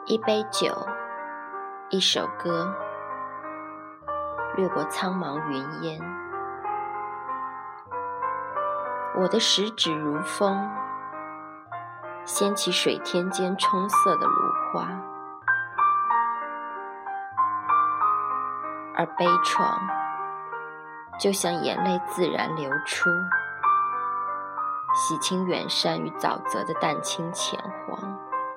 一杯酒，一首歌，掠过苍茫云烟。我的食指如风，掀起水天间冲色的芦花，而悲怆就像眼泪自然流出，洗清远山与沼泽的淡青浅黄，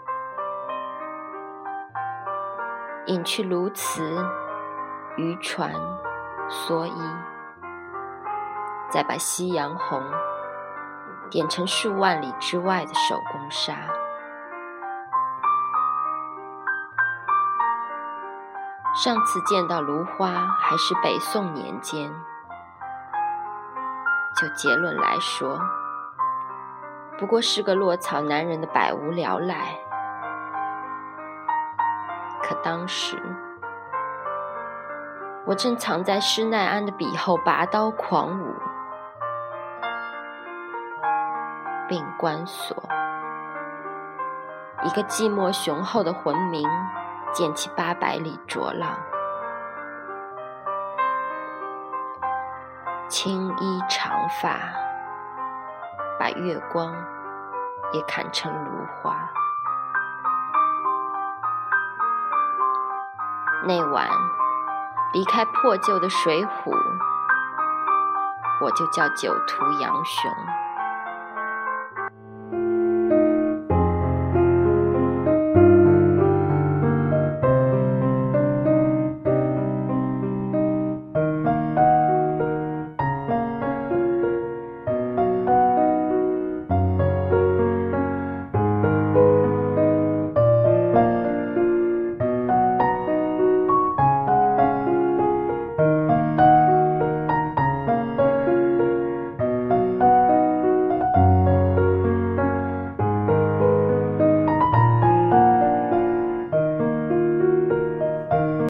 隐去鸬鹚、渔船、蓑衣，再把夕阳红点成数万里之外的手工纱。上次见到芦花还是北宋年间，就结论来说，不过是个落草男人的百无聊赖。可当时我正藏在施耐庵的笔后拔刀狂舞，并关锁一个寂寞雄厚的魂鸣，溅起800里浊浪。青衣长发把月光也砍成芦花。那晚离开破旧的水浒，我就叫酒徒杨雄。